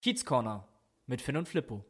Kiez Corner mit Finn und Flippo.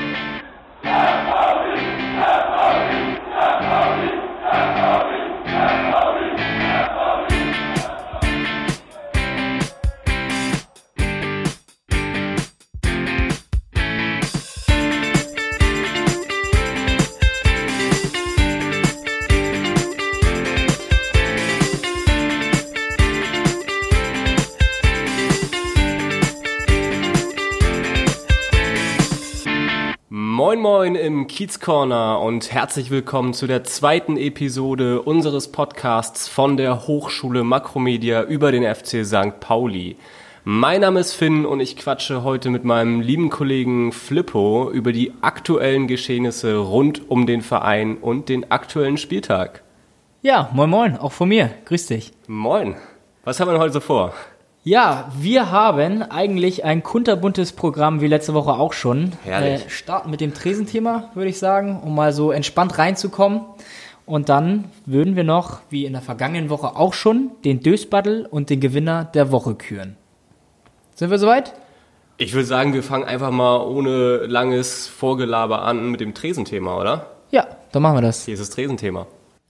Moin Moin im Kiez Corner und herzlich willkommen zu der zweiten Episode unseres Podcasts von der Hochschule Makromedia über den FC St. Pauli. Mein Name ist Finn und ich quatsche heute mit meinem lieben Kollegen Flippo über die aktuellen Geschehnisse rund um den Verein und den aktuellen Spieltag. Ja, moin moin, auch von mir. Grüß dich. Moin. Was haben wir denn heute so vor? Ja, wir haben eigentlich ein kunterbuntes Programm wie letzte Woche auch schon. Herrlich. Starten mit dem Tresenthema, würde ich sagen, um mal so entspannt reinzukommen. Und dann würden wir noch, wie in der vergangenen Woche auch schon, den Dösbattle und den Gewinner der Woche küren. Sind wir soweit? Ich würde sagen, wir fangen einfach mal ohne langes Vorgelaber an mit dem Tresenthema, oder? Ja, dann machen wir das. Hier ist das Tresenthema.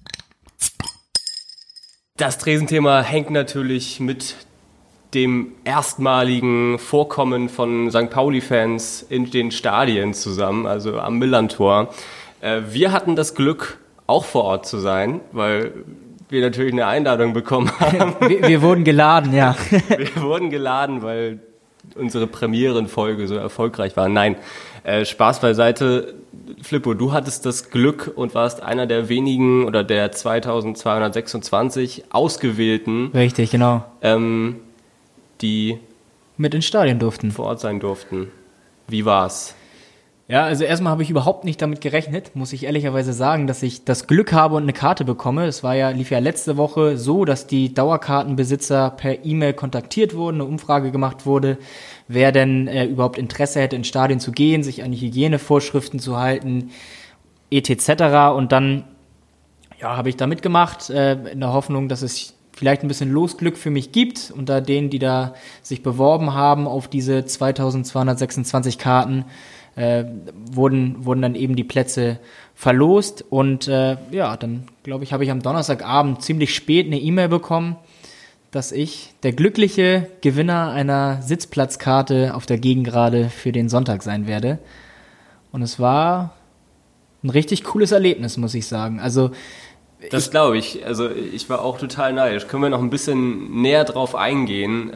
Das Tresenthema hängt natürlich mit dem erstmaligen Vorkommen von St. Pauli-Fans in den Stadien zusammen, also am Millerntor. Wir hatten das Glück, auch vor Ort zu sein, weil wir natürlich eine Einladung bekommen haben. Wir wurden geladen, ja. Wir wurden geladen, weil unsere Premierenfolge so erfolgreich war. Nein, Spaß beiseite. Flippo, du hattest das Glück und warst einer der wenigen oder der 2226 Ausgewählten. Richtig, genau. Die mit ins Stadion durften. Vor Ort sein durften. Wie war's? Ja, also erstmal habe ich überhaupt nicht damit gerechnet, muss ich ehrlicherweise sagen, dass ich das Glück habe und eine Karte bekomme. Es lief ja letzte Woche so, dass die Dauerkartenbesitzer per E-Mail kontaktiert wurden, eine Umfrage gemacht wurde, wer denn überhaupt Interesse hätte, ins Stadion zu gehen, sich an die Hygienevorschriften zu halten, etc. Und dann habe ich da mitgemacht, in der Hoffnung, dass es vielleicht ein bisschen Losglück für mich gibt. Unter denen, die da sich beworben haben auf diese 2226 Karten, wurden dann eben die Plätze verlost. Und dann, glaube ich, habe ich am Donnerstagabend ziemlich spät eine E-Mail bekommen, dass ich der glückliche Gewinner einer Sitzplatzkarte auf der Gegengrade für den Sonntag sein werde. Und es war ein richtig cooles Erlebnis, muss ich sagen. Also das glaube ich. Also ich war auch total neidisch. Können wir noch ein bisschen näher drauf eingehen,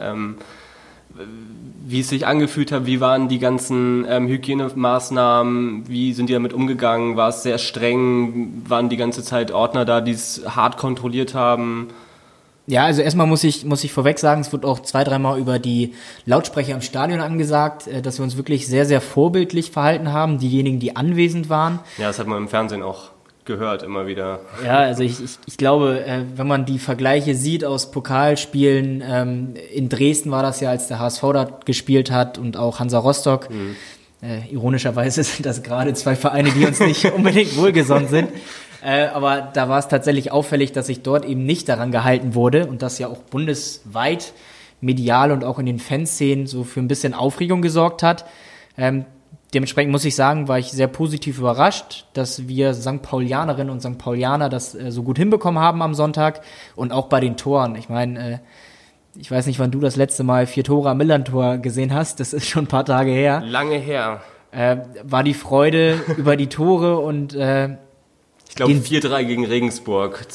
wie es sich angefühlt hat? Wie waren die ganzen Hygienemaßnahmen? Wie sind die damit umgegangen? War es sehr streng? Waren die ganze Zeit Ordner da, die es hart kontrolliert haben? Ja, also erstmal muss ich vorweg sagen, es wird auch 2-3 Mal über die Lautsprecher im Stadion angesagt, dass wir uns wirklich sehr, sehr vorbildlich verhalten haben, diejenigen, die anwesend waren. Ja, das hat man im Fernsehen auch gehört immer wieder. Ja, also ich glaube, wenn man die Vergleiche sieht aus Pokalspielen, in Dresden war das ja, als der HSV da gespielt hat und auch Hansa Rostock. Ironischerweise sind das gerade 2 Vereine, die uns nicht unbedingt wohlgesonnen sind. Aber da war es tatsächlich auffällig, dass sich dort eben nicht daran gehalten wurde und das ja auch bundesweit medial und auch in den Fanszenen so für ein bisschen Aufregung gesorgt hat. Dementsprechend muss ich sagen, war ich sehr positiv überrascht, dass wir St. Paulianerinnen und St. Paulianer das so gut hinbekommen haben am Sonntag und auch bei den Toren. Ich meine, ich weiß nicht, wann du das letzte Mal 4 Tore am Millerntor gesehen hast, das ist schon ein paar Tage her. Lange her. War die Freude über die Tore und ich glaube 4-3 gegen Regensburg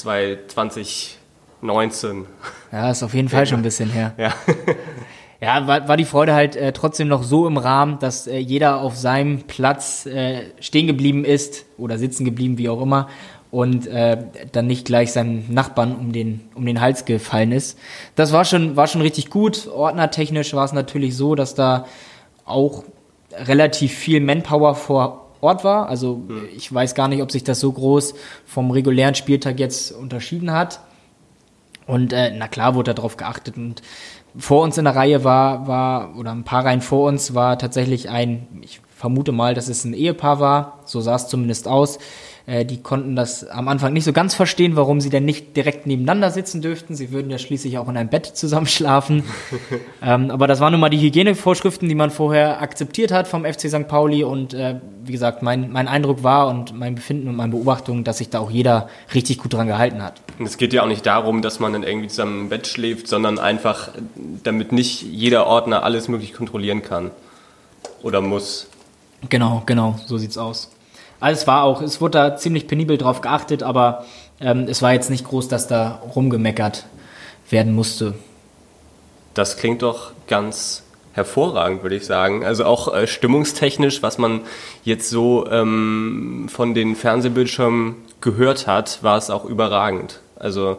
2019. Ja, ist auf jeden Fall schon ein bisschen her. Ja. Ja, war die Freude halt trotzdem noch so im Rahmen, dass jeder auf seinem Platz stehen geblieben ist oder sitzen geblieben, wie auch immer, und dann nicht gleich seinem Nachbarn um den Hals gefallen ist. Das war schon richtig gut. Ordnertechnisch war es natürlich so, dass da auch relativ viel Manpower vor Ort war. Also ich weiß gar nicht, ob sich das so groß vom regulären Spieltag jetzt unterschieden hat. Und na klar wurde darauf geachtet. Und vor uns in der Reihe war oder ein paar Reihen vor uns war tatsächlich ich vermute mal, dass es ein Ehepaar war, so sah es zumindest aus, Die konnten das am Anfang nicht so ganz verstehen, warum sie denn nicht direkt nebeneinander sitzen dürften. Sie würden ja schließlich auch in einem Bett zusammen schlafen. Aber das waren nun mal die Hygienevorschriften, die man vorher akzeptiert hat vom FC St. Pauli. Und wie gesagt, mein Eindruck war und mein Befinden und meine Beobachtung, dass sich da auch jeder richtig gut dran gehalten hat. Und es geht ja auch nicht darum, dass man dann irgendwie zusammen im Bett schläft, sondern einfach, damit nicht jeder Ordner alles möglich kontrollieren kann oder muss. Genau, so sieht's aus. Also es wurde da ziemlich penibel drauf geachtet, aber es war jetzt nicht groß, dass da rumgemeckert werden musste. Das klingt doch ganz hervorragend, würde ich sagen. Also auch stimmungstechnisch, was man jetzt so von den Fernsehbildschirmen gehört hat, war es auch überragend. Also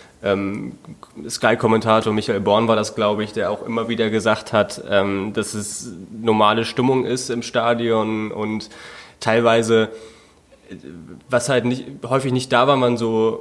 Sky-Kommentator Michael Born war das, glaube ich, der auch immer wieder gesagt hat, dass es normale Stimmung ist im Stadion und teilweise, was halt häufig nicht da war, man so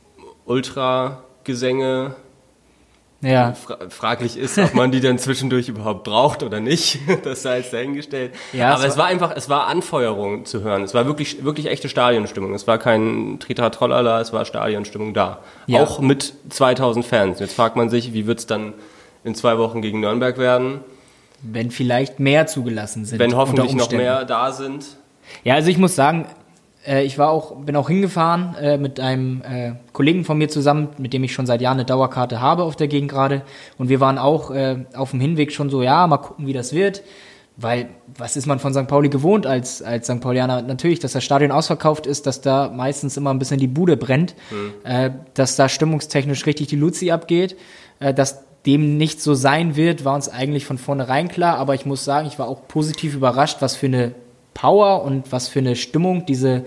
Ultragesänge. Ja. Fraglich ist, ob man die dann zwischendurch überhaupt braucht oder nicht. Das sei jetzt dahingestellt. Ja, aber es war Anfeuerung zu hören. Es war wirklich, wirklich echte Stadionstimmung. Es war kein Tritra-Trollala, es war Stadionstimmung da. Ja. Auch mit 2000 Fans. Jetzt fragt man sich, wie wird es dann in 2 Wochen gegen Nürnberg werden? Wenn vielleicht mehr zugelassen sind. Wenn hoffentlich noch mehr da sind. Ja, also ich muss sagen, ich bin auch hingefahren mit einem Kollegen von mir zusammen, mit dem ich schon seit Jahren eine Dauerkarte habe auf der Gegend gerade. Und wir waren auch auf dem Hinweg schon so, ja, mal gucken, wie das wird. Weil, was ist man von St. Pauli gewohnt als St. Paulianer? Natürlich, dass das Stadion ausverkauft ist, dass da meistens immer ein bisschen die Bude brennt, dass da stimmungstechnisch richtig die Luzi abgeht. Dass dem nicht so sein wird, war uns eigentlich von vornherein klar. Aber ich muss sagen, ich war auch positiv überrascht, was für eine Power und was für eine Stimmung diese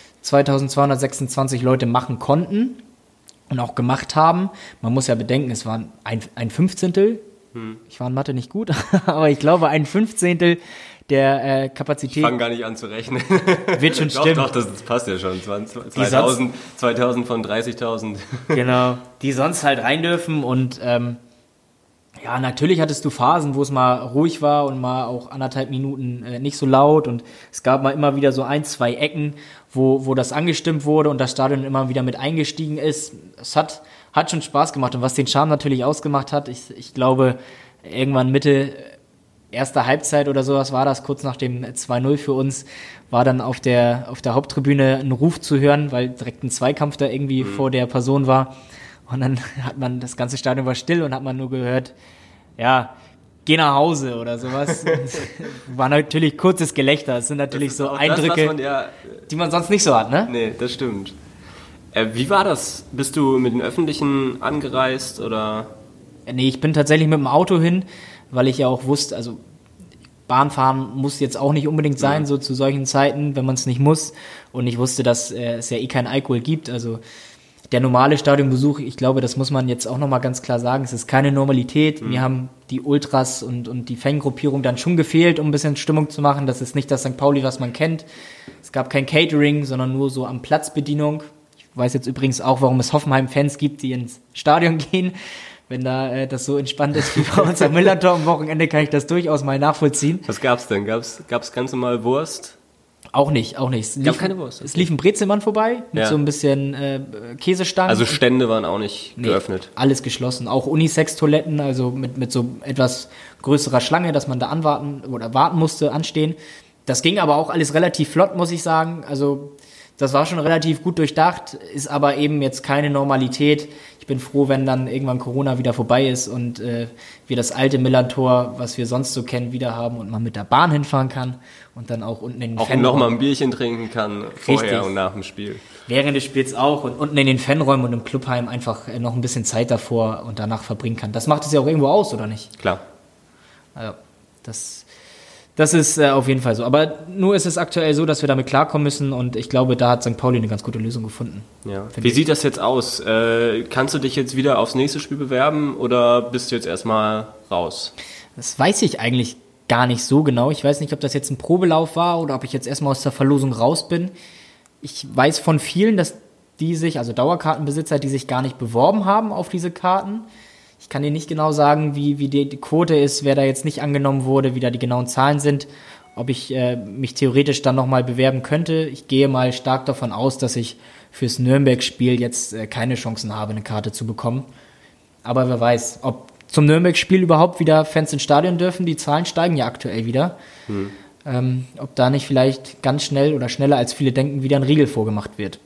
2226 Leute machen konnten und auch gemacht haben. Man muss ja bedenken, es waren ein Fünfzehntel, ich war in Mathe nicht gut, aber ich glaube ein Fünfzehntel der Kapazität. Ich fange gar nicht an zu rechnen. Wird schon stimmen. Doch, das passt ja schon. 2000 von 30.000. Genau, die sonst halt rein dürfen und ja, natürlich hattest du Phasen, wo es mal ruhig war und mal auch 1,5 Minuten nicht so laut und es gab mal immer wieder so 1, 2 Ecken, wo das angestimmt wurde und das Stadion immer wieder mit eingestiegen ist. Es hat schon Spaß gemacht und was den Charme natürlich ausgemacht hat, ich glaube, irgendwann Mitte erster Halbzeit oder sowas war das, kurz nach dem 2-0 für uns, war dann auf der Haupttribüne ein Ruf zu hören, weil direkt ein Zweikampf da irgendwie vor der Person war. Und dann das ganze Stadion war still und hat man nur gehört, ja, geh nach Hause oder sowas. War natürlich kurzes Gelächter. Es sind natürlich so Eindrücke, die man sonst nicht so hat, ne? Nee, das stimmt. Wie war das? Bist du mit den Öffentlichen angereist oder? Nee, ich bin tatsächlich mit dem Auto hin, weil ich ja auch wusste, also Bahnfahren muss jetzt auch nicht unbedingt sein, so zu solchen Zeiten, wenn man es nicht muss. Und ich wusste, dass es ja keinen Alkohol gibt, also der normale Stadionbesuch, ich glaube, das muss man jetzt auch nochmal ganz klar sagen, es ist keine Normalität. Mir haben die Ultras und die Fangruppierung dann schon gefehlt, um ein bisschen Stimmung zu machen. Das ist nicht das St. Pauli, was man kennt. Es gab kein Catering, sondern nur so am Platzbedienung. Ich weiß jetzt übrigens auch, warum es Hoffenheim-Fans gibt, die ins Stadion gehen. Wenn da das so entspannt ist wie bei uns am Millantor am Wochenende, kann ich das durchaus mal nachvollziehen. Was gab's denn? Gab's ganz normal Wurst? Auch nicht. Es lief keine Wurst. Okay. Es lief ein Brezelmann vorbei mit so ein bisschen Käsestangen. Also Stände waren auch nicht geöffnet? Alles geschlossen. Auch Unisex-Toiletten, also mit so etwas größerer Schlange, dass man da warten musste, anstehen. Das ging aber auch alles relativ flott, muss ich sagen. Also das war schon relativ gut durchdacht, ist aber eben jetzt keine Normalität. Ich bin froh, wenn dann irgendwann Corona wieder vorbei ist und wir das alte Millantor, was wir sonst so kennen, wieder haben und man mit der Bahn hinfahren kann und dann auch unten in den Fanräumen. Auch nochmal ein Bierchen trinken kann, vorher Richtig. Und nach dem Spiel. Während des Spiels auch und unten in den Fanräumen und im Clubheim einfach noch ein bisschen Zeit davor und danach verbringen kann. Das macht es ja auch irgendwo aus, oder nicht? Klar. Also, das ist auf jeden Fall so. Aber nur ist es aktuell so, dass wir damit klarkommen müssen und ich glaube, da hat St. Pauli eine ganz gute Lösung gefunden. Ja. Wie sieht das jetzt aus? Kannst du dich jetzt wieder aufs nächste Spiel bewerben oder bist du jetzt erstmal raus? Das weiß ich eigentlich gar nicht so genau. Ich weiß nicht, ob das jetzt ein Probelauf war oder ob ich jetzt erstmal aus der Verlosung raus bin. Ich weiß von vielen, dass die sich, also Dauerkartenbesitzer, die sich gar nicht beworben haben auf diese Karten. Ich kann dir nicht genau sagen, wie die Quote ist, wer da jetzt nicht angenommen wurde, wie da die genauen Zahlen sind. ob ich mich theoretisch dann nochmal bewerben könnte. Ich gehe mal stark davon aus, dass ich fürs Nürnberg-Spiel jetzt keine Chancen habe, eine Karte zu bekommen. Aber wer weiß, ob zum Nürnberg-Spiel überhaupt wieder Fans ins Stadion dürfen. Die Zahlen steigen ja aktuell wieder. Ob da nicht vielleicht ganz schnell oder schneller als viele denken, wieder ein Riegel vorgemacht wird.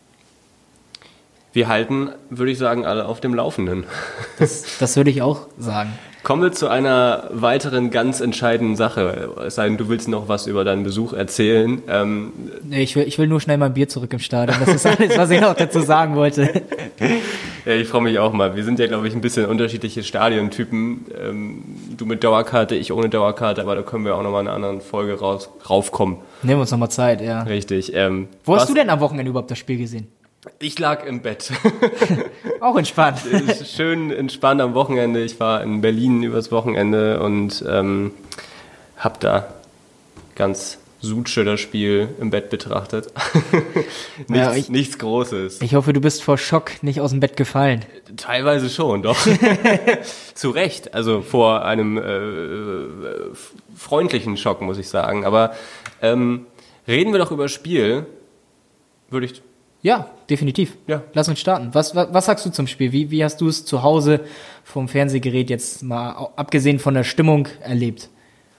Wir halten, würde ich sagen, alle auf dem Laufenden. Das würde ich auch sagen. Kommen wir zu einer weiteren ganz entscheidenden Sache. Es sei denn, du willst noch was über deinen Besuch erzählen. Nee, ich will nur schnell mein Bier zurück im Stadion. Das ist alles, was ich noch dazu sagen wollte. Ja, ich freue mich auch mal. Wir sind ja, glaube ich, ein bisschen unterschiedliche Stadiontypen. Du mit Dauerkarte, ich ohne Dauerkarte, aber da können wir auch nochmal in einer anderen Folge raufkommen. Nehmen wir uns nochmal Zeit, ja. Richtig. Wo hast du denn am Wochenende überhaupt das Spiel gesehen? Ich lag im Bett. Auch entspannt. Schön entspannt am Wochenende. Ich war in Berlin übers Wochenende und hab da ganz Sutsche das Spiel im Bett betrachtet. Nichts Großes. Ich hoffe, du bist vor Schock nicht aus dem Bett gefallen. Teilweise schon, doch. Zu Recht. Also vor einem freundlichen Schock, muss ich sagen. Aber reden wir doch über Spiel. Ja, definitiv. Ja. Lass uns starten. Was sagst du zum Spiel? Wie hast du es zu Hause vom Fernsehgerät jetzt mal, abgesehen von der Stimmung, erlebt?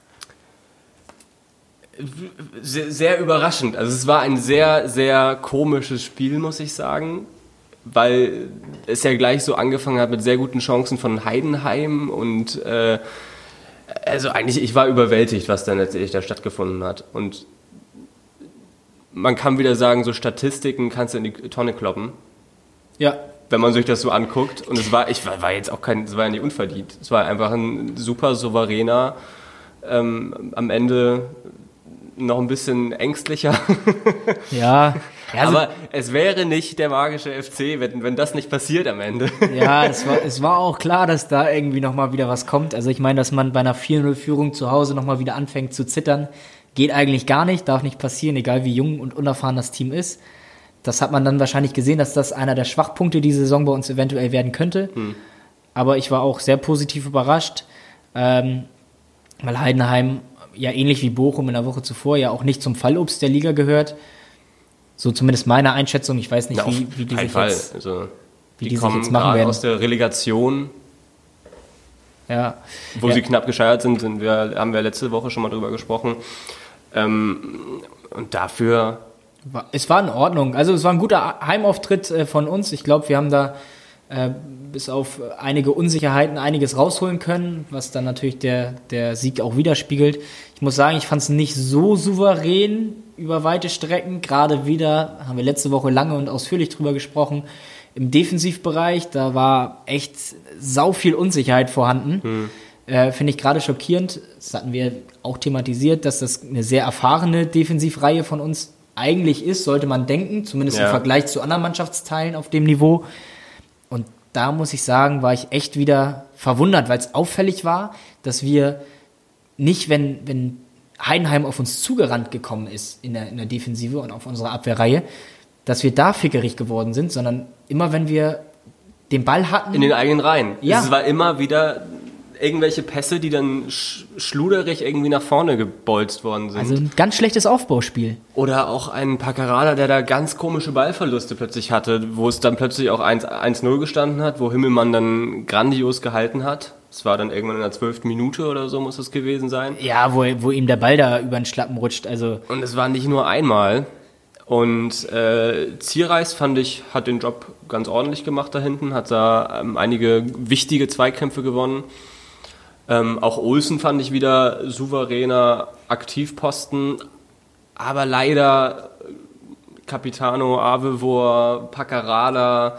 Sehr, sehr überraschend. Also es war ein sehr, sehr komisches Spiel, muss ich sagen, weil es ja gleich so angefangen hat mit sehr guten Chancen von Heidenheim und also eigentlich, ich war überwältigt, was dann letztendlich da stattgefunden hat. Und man kann wieder sagen, so Statistiken kannst du in die Tonne kloppen. Ja. Wenn man sich das so anguckt. Und es war ja nicht unverdient. Es war einfach ein super souveräner, am Ende noch ein bisschen ängstlicher. Ja. Also, aber es wäre nicht der magische FC, wenn das nicht passiert am Ende. Ja, es war auch klar, dass da irgendwie nochmal wieder was kommt. Also ich meine, dass man bei einer 4-0-Führung zu Hause nochmal wieder anfängt zu zittern, geht eigentlich gar nicht, darf nicht passieren, egal wie jung und unerfahren das Team ist. Das hat man dann wahrscheinlich gesehen, dass das einer der Schwachpunkte dieser Saison bei uns eventuell werden könnte. Aber ich war auch sehr positiv überrascht, weil Heidenheim ja ähnlich wie Bochum in der Woche zuvor ja auch nicht zum Fallobst der Liga gehört. So zumindest meine Einschätzung. Ich weiß nicht, wie die sich jetzt, also, wie die sich jetzt machen werden. Aus der Relegation, ja, wo sie knapp gescheitert sind, haben wir letzte Woche schon mal drüber gesprochen. Und dafür... Es war in Ordnung. Also es war ein guter Heimauftritt von uns. Ich glaube, wir haben da bis auf einige Unsicherheiten einiges rausholen können, was dann natürlich der Sieg auch widerspiegelt. Ich muss sagen, ich fand es nicht so souverän über weite Strecken. Gerade wieder, haben wir letzte Woche lange und ausführlich drüber gesprochen, im Defensivbereich, da war echt sau viel Unsicherheit vorhanden. Finde ich gerade schockierend. Das hatten wir auch thematisiert, dass das eine sehr erfahrene Defensivreihe von uns eigentlich ist, sollte man denken, zumindest im Vergleich zu anderen Mannschaftsteilen auf dem Niveau. Und da muss ich sagen, war ich echt wieder verwundert, weil es auffällig war, dass wir nicht, wenn Heidenheim auf uns zugerannt gekommen ist in der Defensive und auf unserer Abwehrreihe, dass wir da fickerig geworden sind, sondern immer, wenn wir den Ball hatten... In den eigenen Reihen. Ja. Es war immer wieder irgendwelche Pässe, die dann schluderig irgendwie nach vorne gebolzt worden sind. Also ein ganz schlechtes Aufbauspiel. Oder auch ein Paccarada, der da ganz komische Ballverluste plötzlich hatte, wo es dann plötzlich auch 1-0 gestanden hat, wo Himmelmann dann grandios gehalten hat. Es war dann irgendwann in der 12. Minute oder so, muss es gewesen sein. Ja, wo ihm der Ball da über den Schlappen rutscht. Also. Und es war nicht nur einmal. Und Zierreis, fand ich, hat den Job ganz ordentlich gemacht da hinten, hat da einige wichtige Zweikämpfe gewonnen. Auch Olsen fand ich wieder souveräner Aktivposten, aber leider Capitano, Avevor, Paccarada.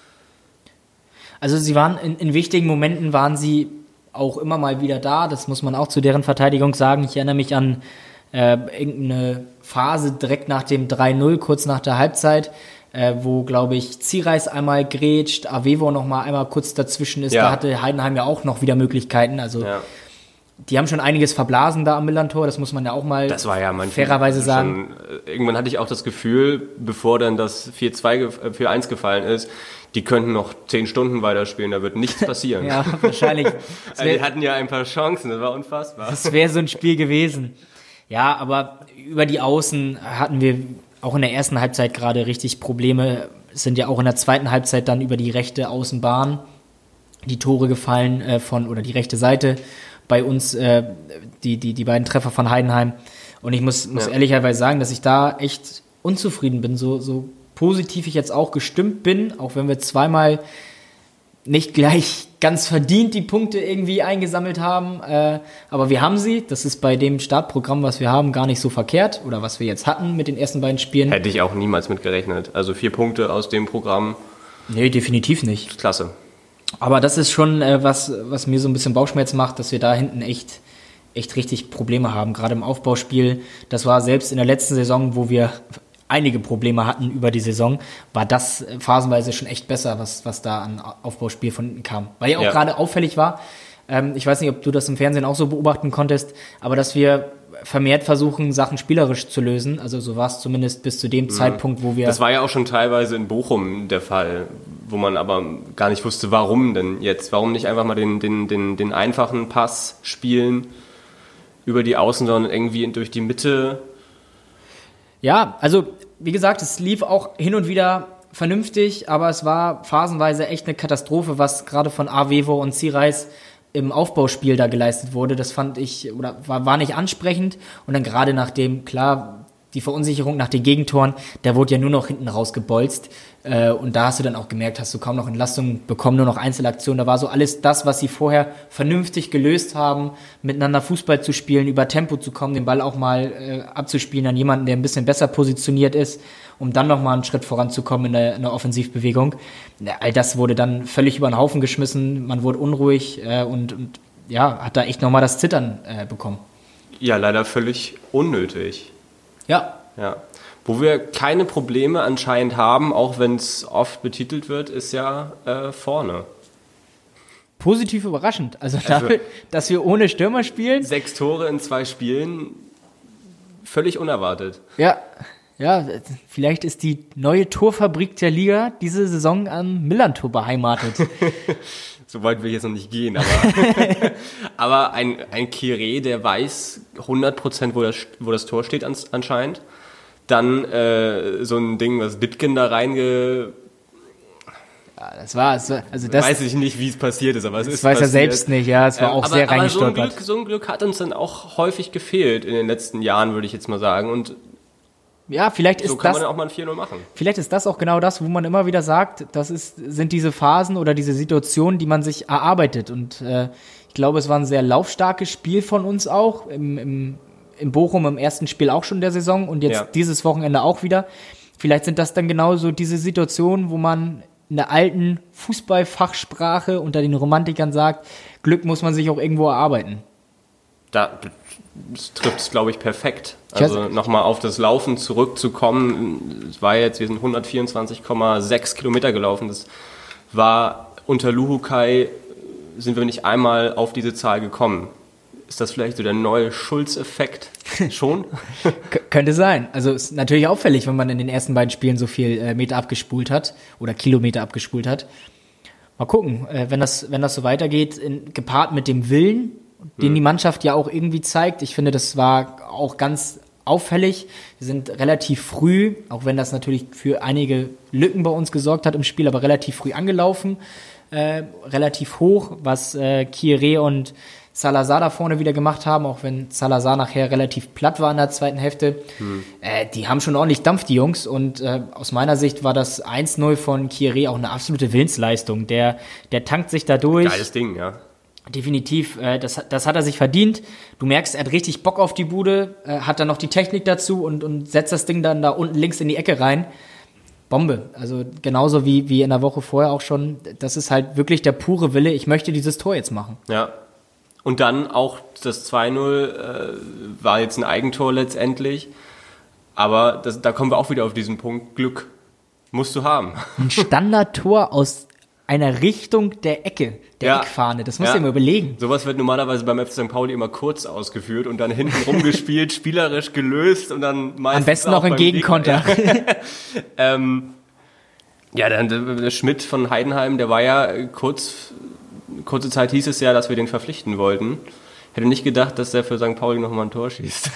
Also sie waren in wichtigen Momenten waren sie auch immer mal wieder da, das muss man auch zu deren Verteidigung sagen. Ich erinnere mich an irgendeine Phase direkt nach dem 3-0, kurz nach der Halbzeit, wo, glaube ich, Zierreis einmal grätscht, Avevo noch mal einmal kurz dazwischen ist. Ja. Da hatte Heidenheim ja auch noch wieder Möglichkeiten. Also die haben schon einiges verblasen da am Millantor, das muss man ja auch mal fairerweise sagen. Irgendwann hatte ich auch das Gefühl, bevor dann das 4-1 gefallen ist, die könnten noch 10 Stunden weiterspielen, da wird nichts passieren. Ja, wahrscheinlich. Die hatten ja ein paar Chancen, das war unfassbar. Das wäre so ein Spiel gewesen. Ja, aber über die Außen hatten wir auch in der ersten Halbzeit gerade richtig Probleme. Es sind ja auch in der zweiten Halbzeit dann über die rechte Außenbahn die Tore gefallen oder die rechte Seite bei uns, die beiden Treffer von Heidenheim. Und ich muss ehrlicherweise sagen, dass ich da echt unzufrieden bin, so positiv ich jetzt auch gestimmt bin, auch wenn wir zweimal nicht gleich ganz verdient die Punkte irgendwie eingesammelt haben, aber wir haben sie. Das ist bei dem Startprogramm, was wir haben, gar nicht so verkehrt oder was wir jetzt hatten mit den ersten beiden Spielen. Hätte ich auch niemals mit gerechnet. Also 4 Punkte aus dem Programm. Nee, definitiv nicht. Klasse. Aber das ist schon was mir so ein bisschen Bauchschmerzen macht, dass wir da hinten echt richtig Probleme haben, gerade im Aufbauspiel. Das war selbst in der letzten Saison, wo wir einige Probleme hatten über die Saison, war das phasenweise schon echt besser, was da an Aufbauspiel von hinten kam. Weil ja auch gerade auffällig war, ich weiß nicht, ob du das im Fernsehen auch so beobachten konntest, aber dass wir vermehrt versuchen, Sachen spielerisch zu lösen. Also so war es zumindest bis zu dem Zeitpunkt, wo wir... Das war ja auch schon teilweise in Bochum der Fall, wo man aber gar nicht wusste, warum denn jetzt? Warum nicht einfach mal den einfachen Pass spielen über die Außen, sondern irgendwie durch die Mitte... Ja, also wie gesagt, es lief auch hin und wieder vernünftig, aber es war phasenweise echt eine Katastrophe, was gerade von Avevo und Sireis im Aufbauspiel da geleistet wurde. Das fand ich, oder war nicht ansprechend. Und dann gerade nachdem, klar, die Verunsicherung nach den Gegentoren, da wurde ja nur noch hinten rausgebolzt. Und da hast du dann auch gemerkt, hast du kaum noch Entlastung bekommen, nur noch Einzelaktionen. Da war so alles das, was sie vorher vernünftig gelöst haben, miteinander Fußball zu spielen, über Tempo zu kommen, den Ball auch mal abzuspielen an jemanden, der ein bisschen besser positioniert ist, um dann nochmal einen Schritt voranzukommen in der Offensivbewegung. All das wurde dann völlig über den Haufen geschmissen, man wurde unruhig und hat da echt nochmal das Zittern bekommen. Ja, leider völlig unnötig. Ja. Wo wir keine Probleme anscheinend haben, auch wenn es oft betitelt wird, ist ja vorne. Positiv überraschend. Also dafür, dass wir ohne Stürmer spielen. 6 Tore in 2 Spielen, völlig unerwartet. Ja, vielleicht ist die neue Torfabrik der Liga diese Saison am Millantor beheimatet. So weit will ich jetzt noch nicht gehen, aber ein Kieré, der weiß 100%, wo das Tor steht anscheinend. Dann so ein Ding, was Dittgen da das war, also das... Weiß ich nicht, wie es passiert ist, aber es ist passiert. Das weiß er selbst nicht, ja, es war auch sehr reingestolpert. Aber so ein Glück hat uns dann auch häufig gefehlt in den letzten Jahren, würde ich jetzt mal sagen. Und ja, vielleicht ist so kann man auch mal ein 4-0 machen. Vielleicht ist das auch genau das, wo man immer wieder sagt, sind diese Phasen oder diese Situationen, die man sich erarbeitet. Und ich glaube, es war ein sehr laufstarkes Spiel von uns auch, in Bochum im ersten Spiel auch schon der Saison und jetzt dieses Wochenende auch wieder. Vielleicht sind das dann genauso diese Situationen, wo man in der alten Fußballfachsprache unter den Romantikern sagt, Glück muss man sich auch irgendwo erarbeiten. Das trifft es, glaube ich, perfekt. Also nochmal auf das Laufen zurückzukommen. Es war jetzt, wir sind 124,6 Kilometer gelaufen. Das war unter Luhukai, sind wir nicht einmal auf diese Zahl gekommen. Ist das vielleicht so der neue Schulz-Effekt schon? Könnte sein. Also ist natürlich auffällig, wenn man in den ersten beiden Spielen so viel Meter abgespult hat oder Kilometer abgespult hat. Mal gucken, wenn das so weitergeht, gepaart mit dem Willen, den die Mannschaft ja auch irgendwie zeigt. Ich finde, das war auch ganz auffällig. Wir sind relativ früh, auch wenn das natürlich für einige Lücken bei uns gesorgt hat im Spiel, aber relativ früh angelaufen, relativ hoch, was Kieré und Salazar da vorne wieder gemacht haben, auch wenn Salazar nachher relativ platt war in der zweiten Hälfte. Die haben schon ordentlich Dampf, die Jungs. Und aus meiner Sicht war das 1-0 von Kieré auch eine absolute Willensleistung. Der tankt sich da durch. Geiles Ding, ja. Definitiv, das hat er sich verdient. Du merkst, er hat richtig Bock auf die Bude, hat dann noch die Technik dazu und setzt das Ding dann da unten links in die Ecke rein. Bombe. Also genauso wie in der Woche vorher auch schon. Das ist halt wirklich der pure Wille. Ich möchte dieses Tor jetzt machen. Ja. Und dann auch das 2-0 war jetzt ein Eigentor letztendlich. Aber da kommen wir auch wieder auf diesen Punkt. Glück musst du haben. Ein Standardtor aus einer Richtung der Ecke, der Eckfahne. Das musst du dir mal überlegen. Sowas wird normalerweise beim FC St. Pauli immer kurz ausgeführt und dann hinten rumgespielt, spielerisch gelöst und dann meistens am besten noch ein Gegenkonter. Dann der Schmidt von Heidenheim, der war ja kurze Zeit hieß es ja, dass wir den verpflichten wollten. Hätte nicht gedacht, dass der für St. Pauli nochmal ein Tor schießt.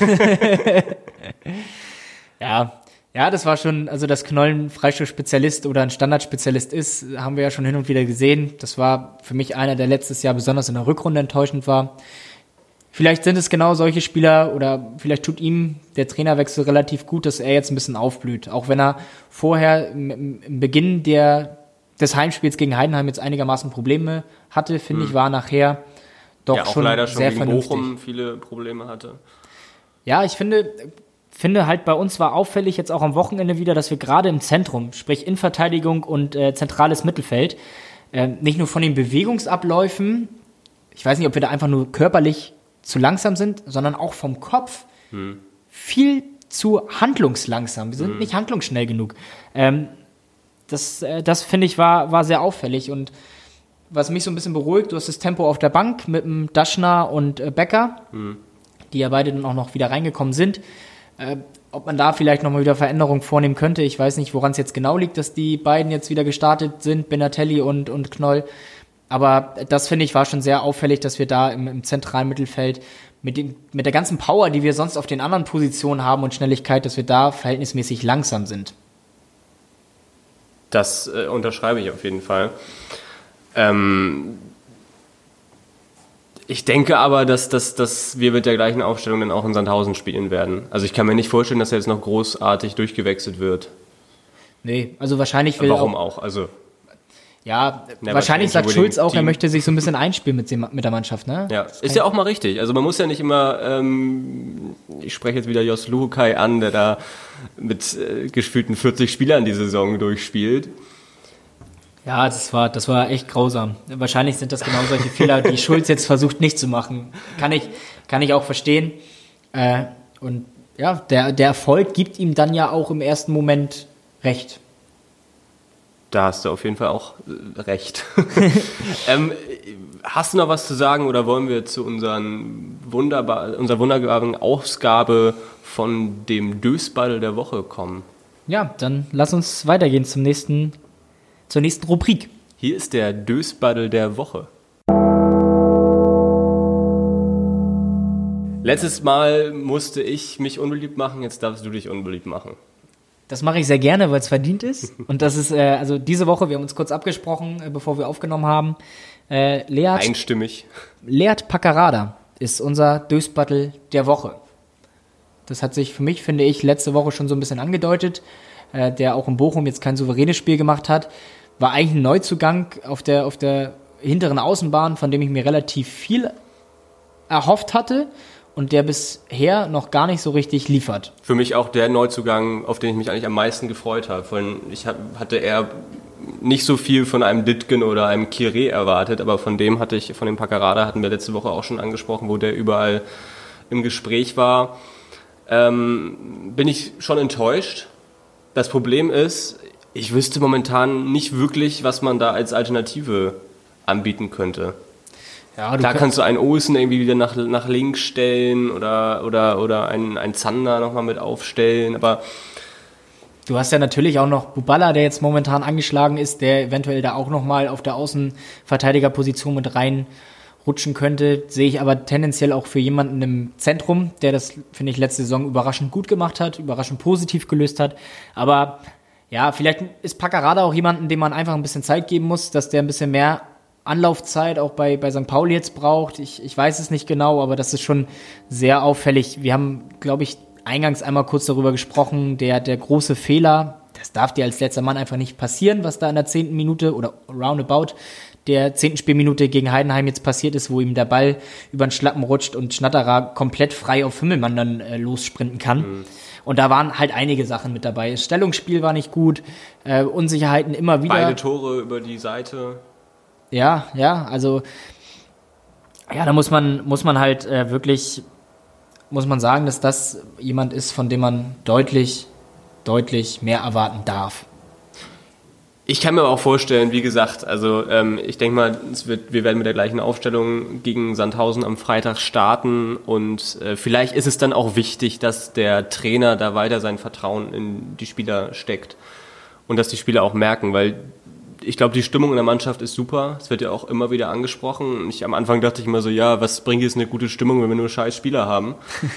Ja, das war schon, also dass Knoll ein Freistoßspezialist oder ein Standardspezialist ist, haben wir ja schon hin und wieder gesehen. Das war für mich einer, der letztes Jahr besonders in der Rückrunde enttäuschend war. Vielleicht sind es genau solche Spieler oder vielleicht tut ihm der Trainerwechsel relativ gut, dass er jetzt ein bisschen aufblüht. Auch wenn er vorher im Beginn des Heimspiels gegen Heidenheim jetzt einigermaßen Probleme hatte, finde ich, war nachher doch ja, auch schon leider schon sehr gegen vernünftig. Bochum viele Probleme hatte. Ja, ich finde halt bei uns war auffällig jetzt auch am Wochenende wieder, dass wir gerade im Zentrum, sprich Innenverteidigung und zentrales Mittelfeld, nicht nur von den Bewegungsabläufen, ich weiß nicht, ob wir da einfach nur körperlich zu langsam sind, sondern auch vom Kopf viel zu handlungslangsam. Wir sind nicht handlungsschnell genug. Das finde ich war sehr auffällig und was mich so ein bisschen beruhigt, du hast das Tempo auf der Bank mit dem Daschner und Becker, die ja beide dann auch noch wieder reingekommen sind. Ob man da vielleicht nochmal wieder Veränderungen vornehmen könnte, ich weiß nicht, woran es jetzt genau liegt, dass die beiden jetzt wieder gestartet sind, Benatelli und Knoll. Aber das, finde ich, war schon sehr auffällig, dass wir da im zentralen Mittelfeld mit der ganzen Power, die wir sonst auf den anderen Positionen haben und Schnelligkeit, dass wir da verhältnismäßig langsam sind. Das unterschreibe ich auf jeden Fall. Ich denke aber, dass wir mit der gleichen Aufstellung dann auch in Sandhausen spielen werden. Also ich kann mir nicht vorstellen, dass er jetzt noch großartig durchgewechselt wird. Nee, also wahrscheinlich will Warum auch? Also ja, wahrscheinlich sagt Schulz auch, er möchte sich so ein bisschen einspielen mit der Mannschaft, ne? Ja, ist ja auch mal richtig. Also man muss ja nicht immer, ich spreche jetzt wieder Jos Luhukai an, der da mit gefühlten 40 Spielern die Saison durchspielt. Ja, das war echt grausam. Wahrscheinlich sind das genau solche Fehler, die Schulz jetzt versucht nicht zu machen. Kann ich auch verstehen. Und ja, der Erfolg gibt ihm dann ja auch im ersten Moment recht. Da hast du auf jeden Fall auch recht. Hast du noch was zu sagen oder wollen wir zu unserer wunderbaren Ausgabe von dem Dösball der Woche kommen? Ja, dann lass uns weitergehen zur nächsten Rubrik. Hier ist der Dösball der Woche. Letztes Mal musste ich mich unbeliebt machen, jetzt darfst du dich unbeliebt machen. Das mache ich sehr gerne, weil es verdient ist. Und das ist, also diese Woche, wir haben uns kurz abgesprochen, bevor wir aufgenommen haben. Einstimmig. Leert Paccarada ist unser Dösbattle der Woche. Das hat sich für mich, finde ich, letzte Woche schon so ein bisschen angedeutet. Der auch in Bochum jetzt kein souveränes Spiel gemacht hat. War eigentlich ein Neuzugang auf der hinteren Außenbahn, von dem ich mir relativ viel erhofft hatte. Und der bisher noch gar nicht so richtig liefert. Für mich auch der Neuzugang, auf den ich mich eigentlich am meisten gefreut habe. Hatte eher nicht so viel von einem Ditgen oder einem Kiré erwartet, aber von dem Paccarada hatten wir letzte Woche auch schon angesprochen, wo der überall im Gespräch war. Bin ich schon enttäuscht. Das Problem ist, ich wüsste momentan nicht wirklich, was man da als Alternative anbieten könnte. Ja, da kannst du einen Olsen irgendwie wieder nach links stellen oder einen Zander nochmal mit aufstellen, aber du hast ja natürlich auch noch Buballa, der jetzt momentan angeschlagen ist, der eventuell da auch nochmal auf der Außenverteidigerposition mit reinrutschen könnte, sehe ich aber tendenziell auch für jemanden im Zentrum, der das, finde ich, letzte Saison überraschend gut gemacht hat, überraschend positiv gelöst hat, aber ja, vielleicht ist Paccarada auch jemanden, dem man einfach ein bisschen Zeit geben muss, dass der ein bisschen mehr Anlaufzeit auch bei St. Pauli jetzt braucht. Ich weiß es nicht genau, aber das ist schon sehr auffällig. Wir haben, glaube ich, eingangs einmal kurz darüber gesprochen, der große Fehler, das darf dir als letzter Mann einfach nicht passieren, was da in der 10. Minute oder roundabout der 10. Spielminute gegen Heidenheim jetzt passiert ist, wo ihm der Ball über den Schlappen rutscht und Schnatterer komplett frei auf Himmelmann dann lossprinten kann. Mhm. Und da waren halt einige Sachen mit dabei. Das Stellungsspiel war nicht gut, Unsicherheiten immer wieder. Beide Tore über die Seite. Ja, also ja, da muss man halt wirklich, muss man sagen, dass das jemand ist, von dem man deutlich mehr erwarten darf. Ich kann mir auch vorstellen, wie gesagt, also ich denke mal, wir werden mit der gleichen Aufstellung gegen Sandhausen am Freitag starten und vielleicht ist es dann auch wichtig, dass der Trainer da weiter sein Vertrauen in die Spieler steckt und dass die Spieler auch merken, weil Ich glaube, die Stimmung in der Mannschaft ist super. Es wird ja auch immer wieder angesprochen. Am Anfang dachte ich immer so, ja, was bringt jetzt eine gute Stimmung, wenn wir nur scheiß Spieler haben?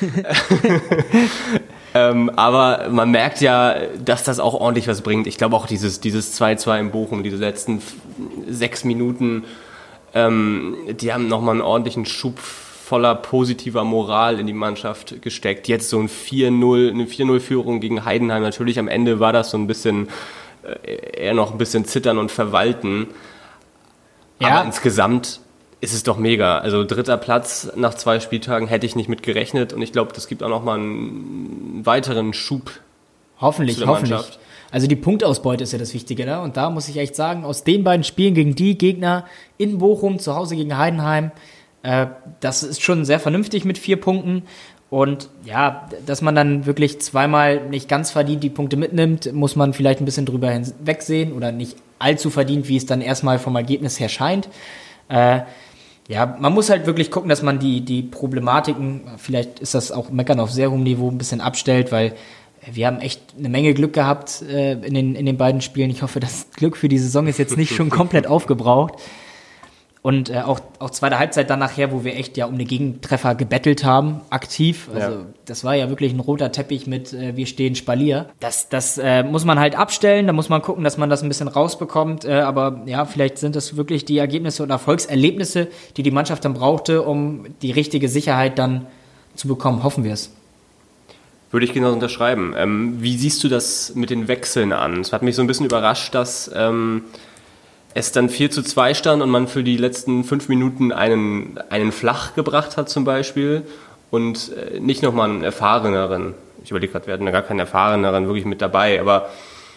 Aber man merkt ja, dass das auch ordentlich was bringt. Ich glaube auch dieses 2-2 in Bochum, diese letzten 6 Minuten, die haben nochmal einen ordentlichen Schub voller positiver Moral in die Mannschaft gesteckt. Jetzt so eine 4-0-Führung gegen Heidenheim. Natürlich am Ende war das so ein bisschen eher noch ein bisschen zittern und verwalten. Ja. Aber insgesamt ist es doch mega. Also 3. Platz nach 2 Spieltagen hätte ich nicht mit gerechnet und ich glaube, das gibt auch nochmal einen weiteren Schub. Hoffentlich. Also die Punktausbeute ist ja das Wichtige, ne? Und da muss ich echt sagen, aus den beiden Spielen gegen die Gegner in Bochum, zu Hause gegen Heidenheim, das ist schon sehr vernünftig mit 4 Punkten. Und ja, dass man dann wirklich zweimal nicht ganz verdient die Punkte mitnimmt, muss man vielleicht ein bisschen drüber hinwegsehen oder nicht allzu verdient, wie es dann erstmal vom Ergebnis her scheint. Ja, man muss halt wirklich gucken, dass man die Problematiken, vielleicht ist das auch Meckern auf sehr hohem Niveau, ein bisschen abstellt, weil wir haben echt eine Menge Glück gehabt in den beiden Spielen. Ich hoffe, das Glück für die Saison ist jetzt nicht schon komplett aufgebraucht. Und auch zweite Halbzeit dann nachher, wo wir echt ja um eine Gegentreffer gebettelt haben, aktiv. Also das war ja wirklich ein roter Teppich mit wir stehen Spalier. Das muss man halt abstellen, da muss man gucken, dass man das ein bisschen rausbekommt. Aber ja, vielleicht sind das wirklich die Ergebnisse oder Erfolgserlebnisse, die die Mannschaft dann brauchte, um die richtige Sicherheit dann zu bekommen. Hoffen wir es. Würde ich genau unterschreiben. Wie siehst du das mit den Wechseln an? Es hat mich so ein bisschen überrascht, dass es dann 4-2 stand und man für die letzten 5 Minuten einen Flach gebracht hat zum Beispiel und nicht nochmal einen erfahreneren. Ich überlege gerade, wir hatten ja gar keinen erfahreneren wirklich mit dabei, aber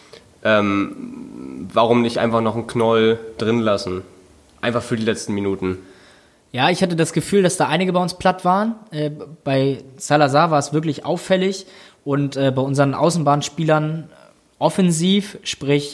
warum nicht einfach noch einen Knoll drin lassen? Einfach für die letzten Minuten. Ja, ich hatte das Gefühl, dass da einige bei uns platt waren. Bei Salazar war es wirklich auffällig und bei unseren Außenbahnspielern offensiv, sprich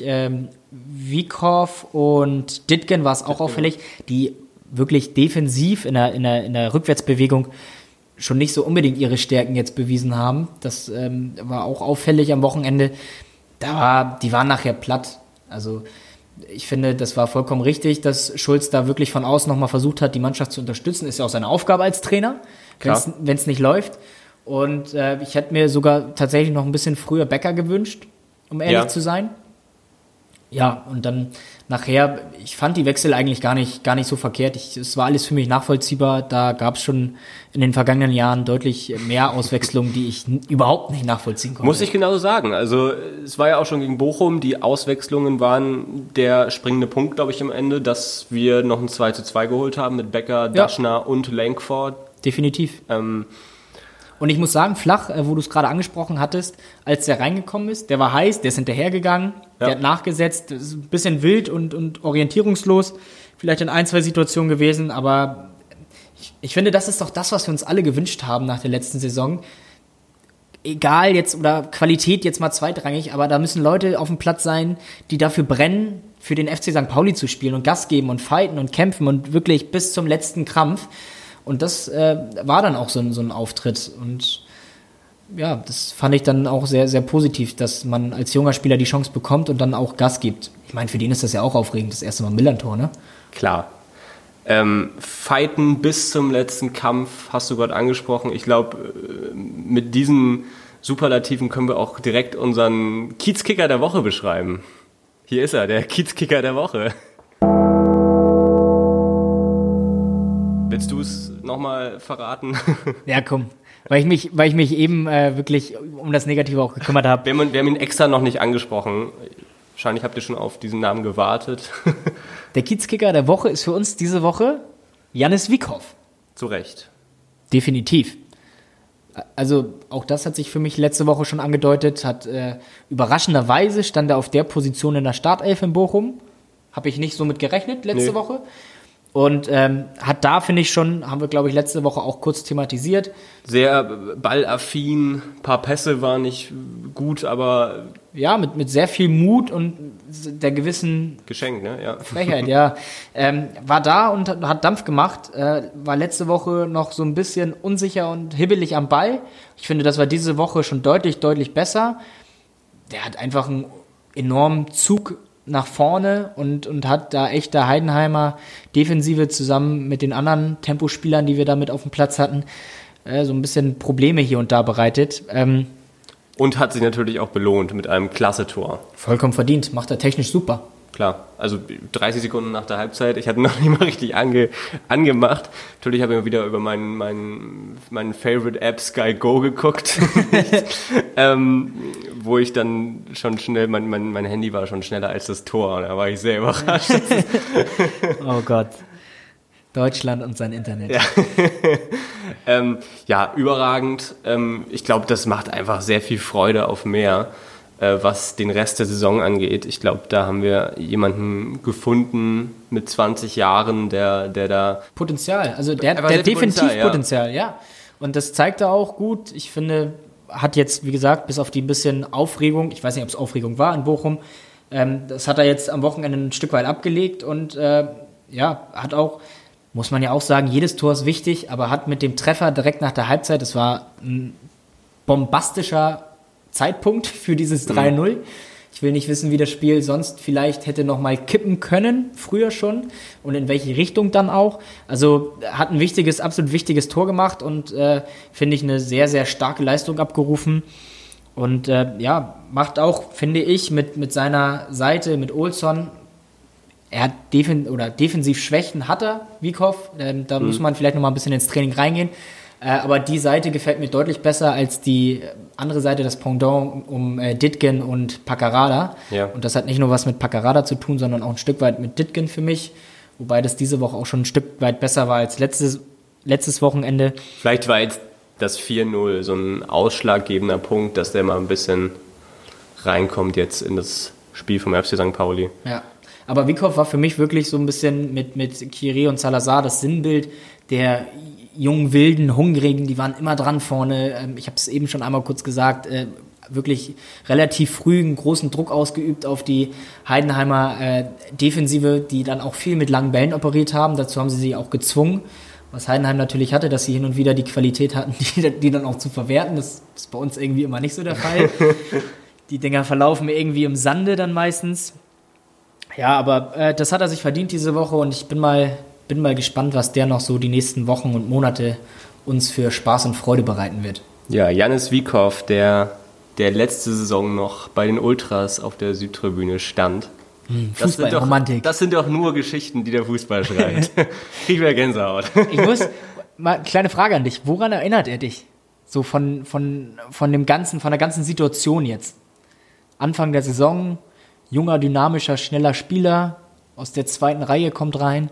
Wiekow und Dittgen war es auch auffällig, die wirklich defensiv in der Rückwärtsbewegung schon nicht so unbedingt ihre Stärken jetzt bewiesen haben. Das war auch auffällig am Wochenende. Die waren nachher platt. Also ich finde, das war vollkommen richtig, dass Schulz da wirklich von außen nochmal versucht hat, die Mannschaft zu unterstützen. Ist ja auch seine Aufgabe als Trainer, wenn es nicht läuft. Und ich hätte mir sogar tatsächlich noch ein bisschen früher Becker gewünscht, um ehrlich zu sein. Ja, und dann nachher, ich fand die Wechsel eigentlich gar nicht so verkehrt. Es war alles für mich nachvollziehbar. Da gab es schon in den vergangenen Jahren deutlich mehr Auswechslungen, die ich überhaupt nicht nachvollziehen konnte. Muss ich genauso sagen. Also es war ja auch schon gegen Bochum, die Auswechslungen waren der springende Punkt, glaube ich, am Ende, dass wir noch ein 2-2 geholt haben mit Becker, Daschner und Langford. Definitiv. Und ich muss sagen, Flach, wo du es gerade angesprochen hattest, als der reingekommen ist, der war heiß, der ist hinterhergegangen, der hat nachgesetzt, das ist ein bisschen wild und orientierungslos, vielleicht in 1, 2 Situationen gewesen, aber ich finde, das ist doch das, was wir uns alle gewünscht haben nach der letzten Saison. Egal jetzt, oder Qualität jetzt mal zweitrangig, aber da müssen Leute auf dem Platz sein, die dafür brennen, für den FC St. Pauli zu spielen und Gas geben und fighten und kämpfen und wirklich bis zum letzten Krampf. Und das war dann auch so ein Auftritt. Und ja, das fand ich dann auch sehr, sehr positiv, dass man als junger Spieler die Chance bekommt und dann auch Gas gibt. Ich meine, für den ist das ja auch aufregend, das erste Mal Millern-Tor, ne? Klar. Fighten bis zum letzten Kampf hast du gerade angesprochen. Ich glaube, mit diesen Superlativen können wir auch direkt unseren Kiezkicker der Woche beschreiben. Hier ist er, der Kiezkicker der Woche. Willst du es nochmal verraten? Ja, komm. Weil ich mich eben wirklich um das Negative auch gekümmert habe. Wir haben ihn extra noch nicht angesprochen. Wahrscheinlich habt ihr schon auf diesen Namen gewartet. Der Kiezkicker der Woche ist für uns diese Woche Jannis Wiekow. Zu Recht. Definitiv. Also auch das hat sich für mich letzte Woche schon angedeutet. Überraschenderweise stand er auf der Position in der Startelf in Bochum. Habe ich nicht so mit gerechnet letzte Woche. Und hat da, finde ich schon, haben wir, glaube ich, letzte Woche auch kurz thematisiert. Sehr ballaffin, ein paar Pässe waren nicht gut, aber... Ja, mit sehr viel Mut und der gewissen... Geschenk, ne? Ja. Frechheit, ja. War da und hat Dampf gemacht. War letzte Woche noch so ein bisschen unsicher und hibbelig am Ball. Ich finde, das war diese Woche schon deutlich, deutlich besser. Der hat einfach einen enormen Zug nach vorne und hat da echt der Heidenheimer Defensive zusammen mit den anderen Tempospielern, die wir da mit auf dem Platz hatten, so ein bisschen Probleme hier und da bereitet. Und hat sich natürlich auch belohnt mit einem Klasse-Tor. Vollkommen verdient, macht er technisch super. Klar, also 30 Sekunden nach der Halbzeit, ich hatte noch nicht mal richtig angemacht. Natürlich habe ich mal wieder über meinen Favorite App Sky Go geguckt, wo ich dann schon schnell, mein Handy war schon schneller als das Tor, da war ich sehr überrascht. Oh Gott, Deutschland und sein Internet. Ja, überragend. Ich glaube, das macht einfach sehr viel Freude auf mehr. Was den Rest der Saison angeht. Ich glaube, da haben wir jemanden gefunden mit 20 Jahren, der da... Potenzial, also der hat definitiv Potenzial, ja. Und das zeigt er auch gut. Ich finde, hat jetzt, wie gesagt, bis auf die bisschen Aufregung, ich weiß nicht, ob es Aufregung war in Bochum, das hat er jetzt am Wochenende ein Stück weit abgelegt und hat auch, muss man ja auch sagen, jedes Tor ist wichtig, aber hat mit dem Treffer direkt nach der Halbzeit, das war ein bombastischer Zeitpunkt für dieses 3-0. Ich will nicht wissen, wie das Spiel sonst vielleicht hätte noch mal kippen können, früher schon, und in welche Richtung dann auch. Also hat ein absolut wichtiges Tor gemacht und finde ich eine sehr, sehr starke Leistung abgerufen. Und macht auch, finde ich, mit seiner Seite, mit Olsson, er hat defensiv Schwächen, hat er, Wieckhoff. Da muss man vielleicht noch mal ein bisschen ins Training reingehen. Aber die Seite gefällt mir deutlich besser als die andere Seite, das Pendant um Dittgen und Paccarada. Ja. Und das hat nicht nur was mit Paccarada zu tun, sondern auch ein Stück weit mit Dittgen für mich. Wobei das diese Woche auch schon ein Stück weit besser war als letztes Wochenende. Vielleicht war jetzt das 4-0 so ein ausschlaggebender Punkt, dass der mal ein bisschen reinkommt jetzt in das Spiel vom FC St. Pauli. Ja, aber Wieckhoff war für mich wirklich so ein bisschen mit Kire und Salazar das Sinnbild der jungen, wilden, hungrigen, die waren immer dran vorne. Ich habe es eben schon einmal kurz gesagt, wirklich relativ früh einen großen Druck ausgeübt auf die Heidenheimer Defensive, die dann auch viel mit langen Bällen operiert haben. Dazu haben sie sich auch gezwungen, was Heidenheim natürlich hatte, dass sie hin und wieder die Qualität hatten, die dann auch zu verwerten. Das ist bei uns irgendwie immer nicht so der Fall. Die Dinger verlaufen irgendwie im Sande dann meistens. Ja, aber das hat er sich verdient diese Woche und ich bin mal gespannt, was der noch so die nächsten Wochen und Monate uns für Spaß und Freude bereiten wird. Ja, Jannis Wieckhoff, der letzte Saison noch bei den Ultras auf der Südtribüne stand. Fußballromantik. Das sind doch nur Geschichten, die der Fußball schreibt. Krieg wieder Gänsehaut. Ich muss, mal kleine Frage an dich. Woran erinnert er dich? So von der ganzen Situation jetzt. Anfang der Saison, junger, dynamischer, schneller Spieler, aus der zweiten Reihe kommt rein.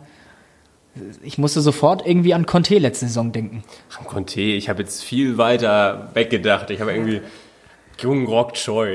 Ich musste sofort irgendwie an Conte letzte Saison denken. An Conte, ich habe jetzt viel weiter weggedacht. Ich habe irgendwie Jung Rock Choi.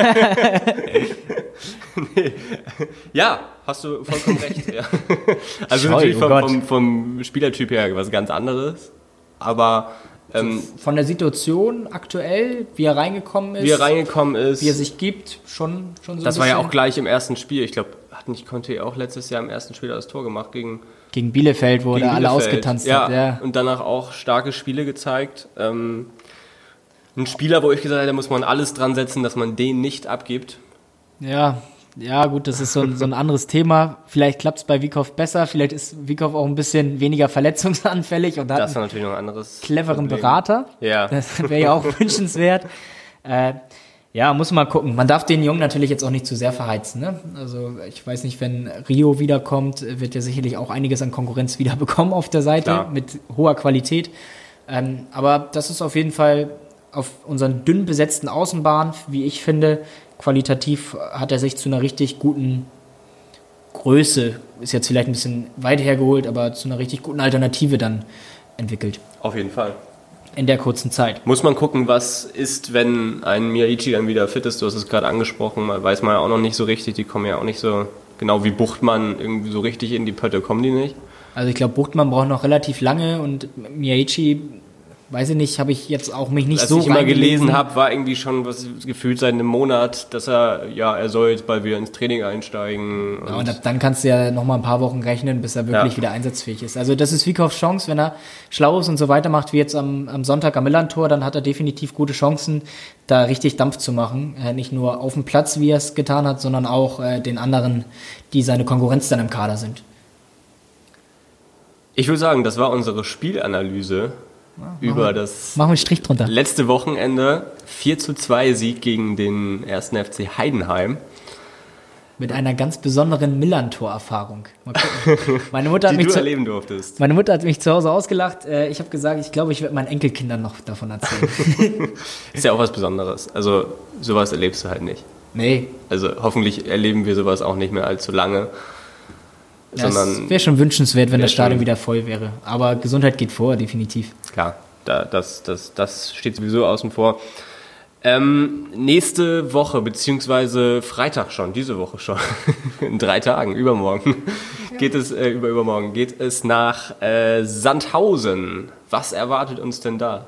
Nee. Ja, hast du vollkommen recht. Ja. Also Choi, natürlich vom Spielertyp her was ganz anderes. Aber von der Situation aktuell, wie er reingekommen ist, wie er sich gibt, schon so ein Das war ja auch gleich im ersten Spiel. Ich glaube, hat nicht Conte auch letztes Jahr im ersten Spiel das Tor gemacht gegen Bielefeld, wo er alle ausgetanzt hat. Ja, und danach auch starke Spiele gezeigt. Ein Spieler, wo ich gesagt habe, da muss man alles dran setzen, dass man den nicht abgibt. Ja, gut, das ist so ein anderes Thema. Vielleicht klappt es bei Wieckhoff besser, vielleicht ist Wieckhoff auch ein bisschen weniger verletzungsanfällig und hat das ist natürlich noch ein anderes cleveren Problem. Berater. Ja. Das wäre ja auch wünschenswert. Muss man mal gucken. Man darf den Jungen natürlich jetzt auch nicht zu sehr verheizen. Ne? Also ich weiß nicht, wenn Rio wiederkommt, wird er sicherlich auch einiges an Konkurrenz wieder bekommen auf der Seite. Klar. Mit hoher Qualität. Aber das ist auf jeden Fall auf unseren dünn besetzten Außenbahn, wie ich finde, qualitativ hat er sich zu einer richtig guten Größe, ist jetzt vielleicht ein bisschen weit hergeholt, aber zu einer richtig guten Alternative dann entwickelt. Auf jeden Fall. In der kurzen Zeit. Muss man gucken, was ist, wenn ein Miyaichi dann wieder fit ist. Du hast es gerade angesprochen, weiß man ja auch noch nicht so richtig. Die kommen ja auch nicht so, genau wie Buchtmann, irgendwie so richtig in die Pötte kommen die nicht. Also ich glaube, Buchtmann braucht noch relativ lange und Miyaichi weiß ich nicht, habe ich jetzt auch mich nicht Als so ich immer reingelesen. gelesen habe, war irgendwie schon was gefühlt seit einem Monat, dass er soll jetzt bald wieder ins Training einsteigen. Ja, und ab dann kannst du ja noch mal ein paar Wochen rechnen, bis er wirklich wieder einsatzfähig ist. Also das ist Wiekows Chance, wenn er schlau ist und so weitermacht wie jetzt am Sonntag am Millantor, dann hat er definitiv gute Chancen, da richtig Dampf zu machen. Nicht nur auf dem Platz, wie er es getan hat, sondern auch den anderen, die seine Konkurrenz dann im Kader sind. Ich würde sagen, das war unsere Spielanalyse über das Machen wir einen Strich drunter. letzte Wochenende. 4:2 Sieg gegen den 1. FC Heidenheim. Mit einer ganz besonderen Millantor-Erfahrung. Mal gucken. Meine Mutter Die du erleben durftest. Meine Mutter hat mich zu Hause ausgelacht. Ich habe gesagt, ich glaube, ich werde meinen Enkelkindern noch davon erzählen. Ist ja auch was Besonderes. Also sowas erlebst du halt nicht. Nee. Also hoffentlich erleben wir sowas auch nicht mehr allzu lange. Ja, es wäre schon wünschenswert, wenn das Stadion wieder voll wäre. Aber Gesundheit geht vor, definitiv. Klar, das steht sowieso außen vor. Nächste Woche, beziehungsweise Freitag schon, diese Woche schon, in 3 Tagen, übermorgen, übermorgen geht es nach Sandhausen. Was erwartet uns denn da?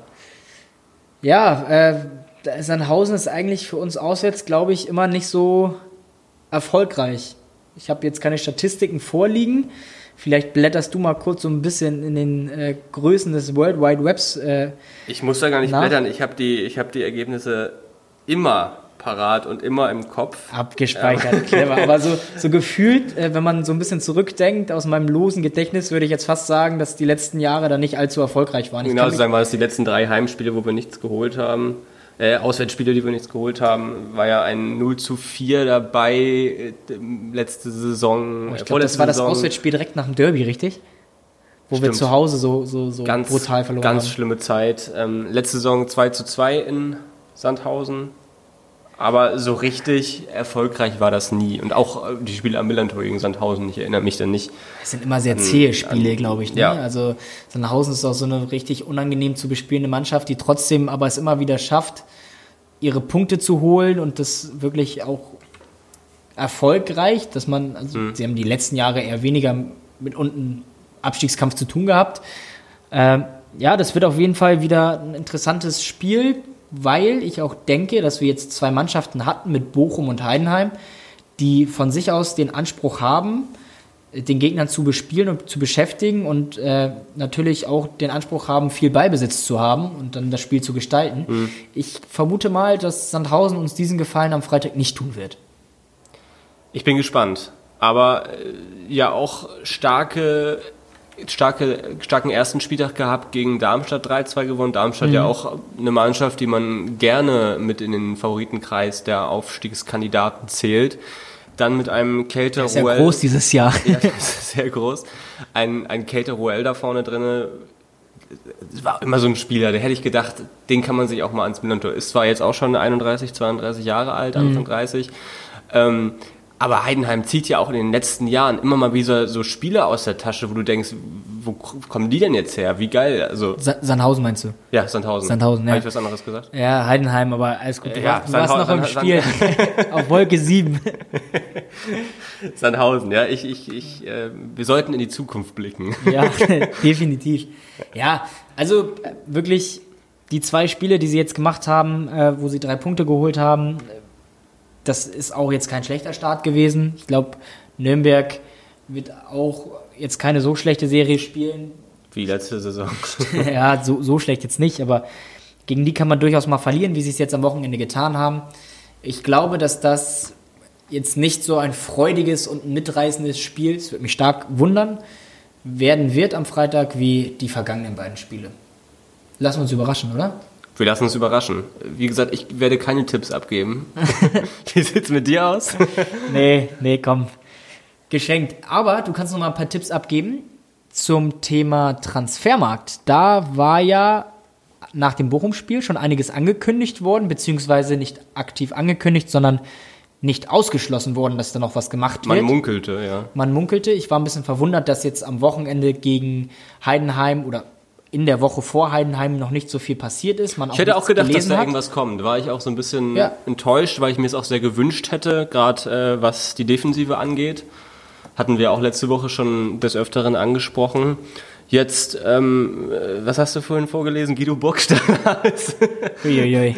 Ja, Sandhausen ist eigentlich für uns auswärts, glaube ich, immer nicht so erfolgreich. Ich habe jetzt keine Statistiken vorliegen. Vielleicht blätterst du mal kurz so ein bisschen in den Größen des World Wide Webs. Ich muss da gar nicht blättern. Ich hab die Ergebnisse immer parat und immer im Kopf. Abgespeichert, clever. Aber so gefühlt, wenn man so ein bisschen zurückdenkt, aus meinem losen Gedächtnis, würde ich jetzt fast sagen, dass die letzten Jahre da nicht allzu erfolgreich waren. Genau zu sagen, waren es die letzten 3 Heimspiele, wo wir nichts geholt haben. Auswärtsspiele, die wir nichts geholt haben, war ja ein 0:4 dabei letzte Saison. Ich glaube, das war das Auswärtsspiel direkt nach dem Derby, richtig? Wo wir zu Hause so ganz, brutal verloren haben. Ganz schlimme Zeit. Letzte Saison 2:2 in Sandhausen. Aber so richtig erfolgreich war das nie. Und auch die Spiele am Millantor gegen Sandhausen, ich erinnere mich dann nicht. Es sind immer sehr zähe Spiele, glaube ich. Ne? Ja. Also Sandhausen ist auch so eine richtig unangenehm zu bespielende Mannschaft, die trotzdem aber es immer wieder schafft, ihre Punkte zu holen und das wirklich auch erfolgreich, dass man, sie haben die letzten Jahre eher weniger mit unten Abstiegskampf zu tun gehabt. Das wird auf jeden Fall wieder ein interessantes Spiel, weil ich auch denke, dass wir jetzt 2 Mannschaften hatten mit Bochum und Heidenheim, die von sich aus den Anspruch haben, den Gegnern zu bespielen und zu beschäftigen und natürlich auch den Anspruch haben, viel Ballbesitz zu haben und dann das Spiel zu gestalten. Mhm. Ich vermute mal, dass Sandhausen uns diesen Gefallen am Freitag nicht tun wird. Ich bin gespannt. Aber auch starken ersten Spieltag gehabt, gegen Darmstadt 3:2 gewonnen. Darmstadt ja auch eine Mannschaft, die man gerne mit in den Favoritenkreis der Aufstiegskandidaten zählt. Dann mit einem Keita Ruel. Sehr groß dieses Jahr. Ja, das ist sehr groß. Ein Keita Ruel da vorne drin. Das war immer so ein Spieler, da hätte ich gedacht, den kann man sich auch mal ans Millantor. Ist zwar jetzt auch schon 31, 32 Jahre alt, Anfang 30. Aber Heidenheim zieht ja auch in den letzten Jahren immer mal wieder so Spieler aus der Tasche, wo du denkst, wo kommen die denn jetzt her? Wie geil. Also Sandhausen meinst du? Ja, Sandhausen. Ja. Habe ich was anderes gesagt? Ja, Heidenheim, aber alles gut. Du warst noch im Spiel auf Wolke 7. Sandhausen, ja. Wir sollten in die Zukunft blicken. Ja, definitiv. Ja, also wirklich die 2 Spiele, die sie jetzt gemacht haben, wo sie 3 Punkte geholt haben, das ist auch jetzt kein schlechter Start gewesen. Ich glaube, Nürnberg wird auch jetzt keine so schlechte Serie spielen. Wie letzte Saison. Ja, so schlecht jetzt nicht, aber gegen die kann man durchaus mal verlieren, wie sie es jetzt am Wochenende getan haben. Ich glaube, dass das jetzt nicht so ein freudiges und mitreißendes Spiel, es würde mich stark wundern, werden wird am Freitag wie die vergangenen beiden Spiele. Lassen wir uns überraschen, oder? Wir lassen uns überraschen. Wie gesagt, ich werde keine Tipps abgeben. Wie sieht's mit dir aus? Nee, komm. Geschenkt. Aber du kannst noch mal ein paar Tipps abgeben zum Thema Transfermarkt. Da war ja nach dem Bochum-Spiel schon einiges angekündigt worden, beziehungsweise nicht aktiv angekündigt, sondern nicht ausgeschlossen worden, dass da noch was gemacht wird. Man munkelte, ja. Man munkelte. Ich war ein bisschen verwundert, dass jetzt am Wochenende gegen Heidenheim oder in der Woche vor Heidenheim noch nicht so viel passiert ist. Ich hätte auch gedacht, dass da irgendwas kommt. Da war ich auch so ein bisschen enttäuscht, weil ich mir es auch sehr gewünscht hätte, gerade was die Defensive angeht. Hatten wir auch letzte Woche schon des Öfteren angesprochen. Jetzt, was hast du vorhin vorgelesen? Guido Burgstaller. Uiuiui.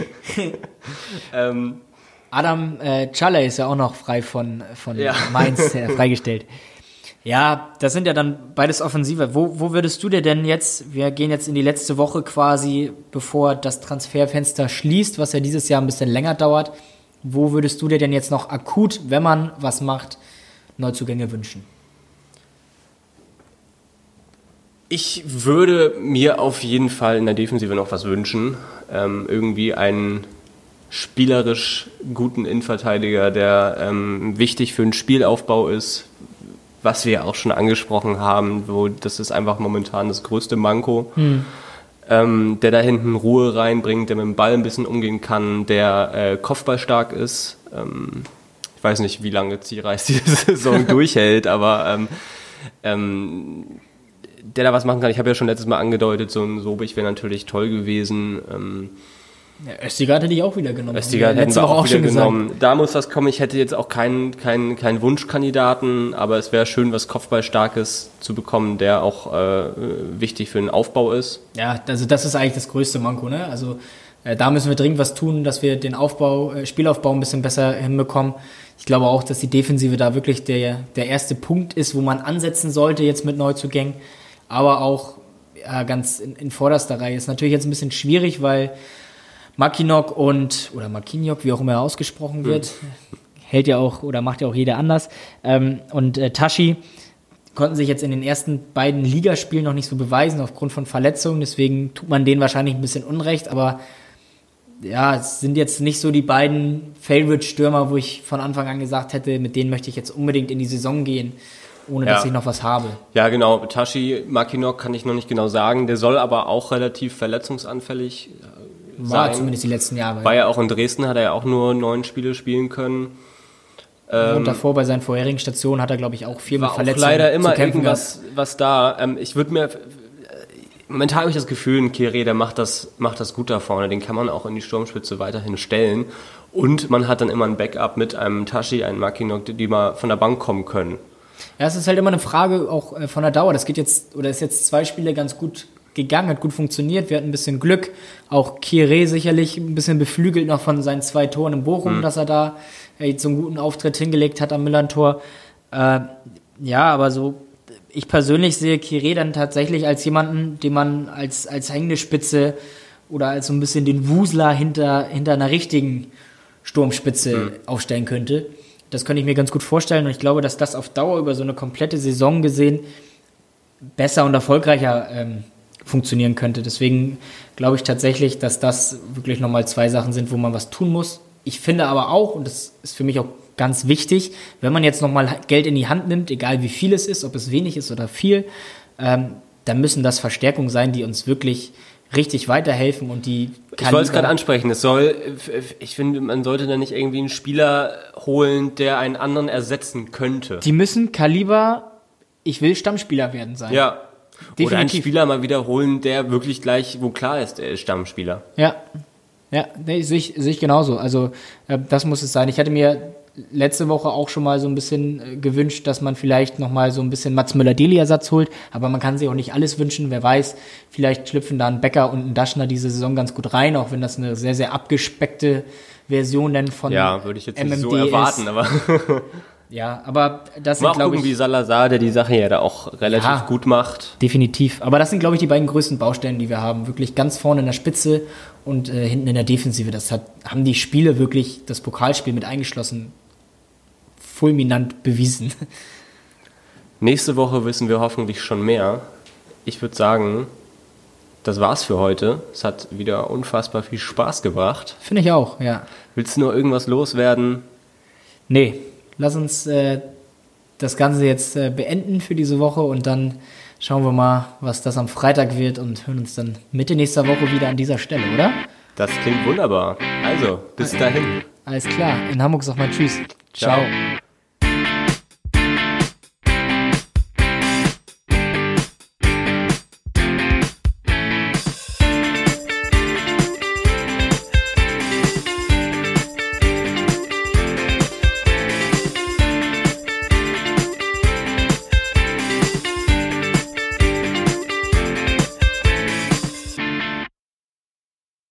Adam Czalle ist ja auch noch frei von Mainz freigestellt. Ja, das sind ja dann beides Offensive. Wo würdest du dir denn jetzt, wir gehen jetzt in die letzte Woche quasi, bevor das Transferfenster schließt, was ja dieses Jahr ein bisschen länger dauert, wo würdest du dir denn jetzt noch akut, wenn man was macht, Neuzugänge wünschen? Ich würde mir auf jeden Fall in der Defensive noch was wünschen. Irgendwie einen spielerisch guten Innenverteidiger, der wichtig für den Spielaufbau ist, was wir auch schon angesprochen haben, das ist einfach momentan das größte Manko, der da hinten Ruhe reinbringt, der mit dem Ball ein bisschen umgehen kann, der kopfballstark ist. Ich weiß nicht, wie lange Zierreis diese Saison durchhält, aber der da was machen kann. Ich habe ja schon letztes Mal angedeutet, so ein Sobich wäre natürlich toll gewesen. Ja, Östigard hätte ich auch wieder genommen. Östigard hätten wir auch wieder genommen. Da muss was kommen. Ich hätte jetzt auch keinen Wunschkandidaten, aber es wäre schön, was Kopfballstarkes zu bekommen, der auch wichtig für den Aufbau ist. Ja, also das ist eigentlich das größte Manko, ne? Also da müssen wir dringend was tun, dass wir den Spielaufbau ein bisschen besser hinbekommen. Ich glaube auch, dass die Defensive da wirklich der erste Punkt ist, wo man ansetzen sollte jetzt mit Neuzugängen. Aber auch ganz in vorderster Reihe ist natürlich jetzt ein bisschen schwierig, weil Mackinock oder Marquinhos, wie auch immer er ausgesprochen wird, hält ja auch oder macht ja auch jeder anders, und Tashi konnten sich jetzt in den ersten beiden Ligaspielen noch nicht so beweisen aufgrund von Verletzungen, deswegen tut man denen wahrscheinlich ein bisschen Unrecht, aber ja, es sind jetzt nicht so die beiden Favorite-Stürmer, wo ich von Anfang an gesagt hätte, mit denen möchte ich jetzt unbedingt in die Saison gehen, ohne dass ich noch was habe. Ja, genau. Tashi, Mackinock kann ich noch nicht genau sagen, der soll aber auch relativ verletzungsanfällig war sein. Zumindest die letzten Jahre. War ja auch in Dresden, hat er ja auch nur 9 Spiele spielen können. Und davor bei seinen vorherigen Stationen hat er, glaube ich, auch viel mit Verletzungen zu kämpfen. Leider immer irgendwas was da. Ich würde mir... Momentan habe ich das Gefühl, ein Kere, der macht das gut da vorne. Den kann man auch in die Sturmspitze weiterhin stellen. Und man hat dann immer ein Backup mit einem Tashi, einem Mackinock, die mal von der Bank kommen können. Ja, es ist halt immer eine Frage auch von der Dauer. Das geht jetzt, oder ist jetzt 2 Spiele ganz gut gegangen, hat gut funktioniert. Wir hatten ein bisschen Glück. Auch Kere sicherlich ein bisschen beflügelt noch von seinen 2 Toren in Bochum, dass er da jetzt so einen guten Auftritt hingelegt hat am Millern-Tor. Ja, aber so, ich persönlich sehe Kere dann tatsächlich als jemanden, den man als hängende Spitze oder als so ein bisschen den Wusler hinter einer richtigen Sturmspitze aufstellen könnte. Das könnte ich mir ganz gut vorstellen und ich glaube, dass das auf Dauer über so eine komplette Saison gesehen besser und erfolgreicher funktionieren könnte. Deswegen glaube ich tatsächlich, dass das wirklich nochmal 2 Sachen sind, wo man was tun muss. Ich finde aber auch, und das ist für mich auch ganz wichtig, wenn man jetzt nochmal Geld in die Hand nimmt, egal wie viel es ist, ob es wenig ist oder viel, dann müssen das Verstärkungen sein, die uns wirklich richtig weiterhelfen und die... Ich wollte es gerade ansprechen, ich finde, man sollte da nicht irgendwie einen Spieler holen, der einen anderen ersetzen könnte. Die müssen Kaliber, ich will Stammspieler werden sein. Ja, definitiv. Oder einen Spieler mal wiederholen, der wirklich gleich, wo klar ist, er ist Stammspieler. Ja, nee, sehe ich genauso. Also das muss es sein. Ich hatte mir letzte Woche auch schon mal so ein bisschen gewünscht, dass man vielleicht nochmal so ein bisschen Mats Müller-Deli-Ersatz holt, aber man kann sich auch nicht alles wünschen. Wer weiß, vielleicht schlüpfen da ein Becker und ein Daschner diese Saison ganz gut rein, auch wenn das eine sehr, sehr abgespeckte Version dann von MMD ja, würde ich jetzt nicht so erwarten, aber... Ja, aber das sind, glaube ich... wie Salazar, der die Sache ja da auch relativ gut macht. Definitiv. Aber das sind, glaube ich, die beiden größten Baustellen, die wir haben. Wirklich ganz vorne in der Spitze und hinten in der Defensive. Haben die Spiele wirklich, das Pokalspiel mit eingeschlossen, fulminant bewiesen. Nächste Woche wissen wir hoffentlich schon mehr. Ich würde sagen, das war's für heute. Es hat wieder unfassbar viel Spaß gebracht. Finde ich auch, ja. Willst du noch irgendwas loswerden? Nee. Lass uns das Ganze jetzt beenden für diese Woche und dann schauen wir mal, was das am Freitag wird und hören uns dann Mitte nächster Woche wieder an dieser Stelle, oder? Das klingt wunderbar. Also, bis dahin. Alles klar. In Hamburg sagt man Tschüss. Ciao.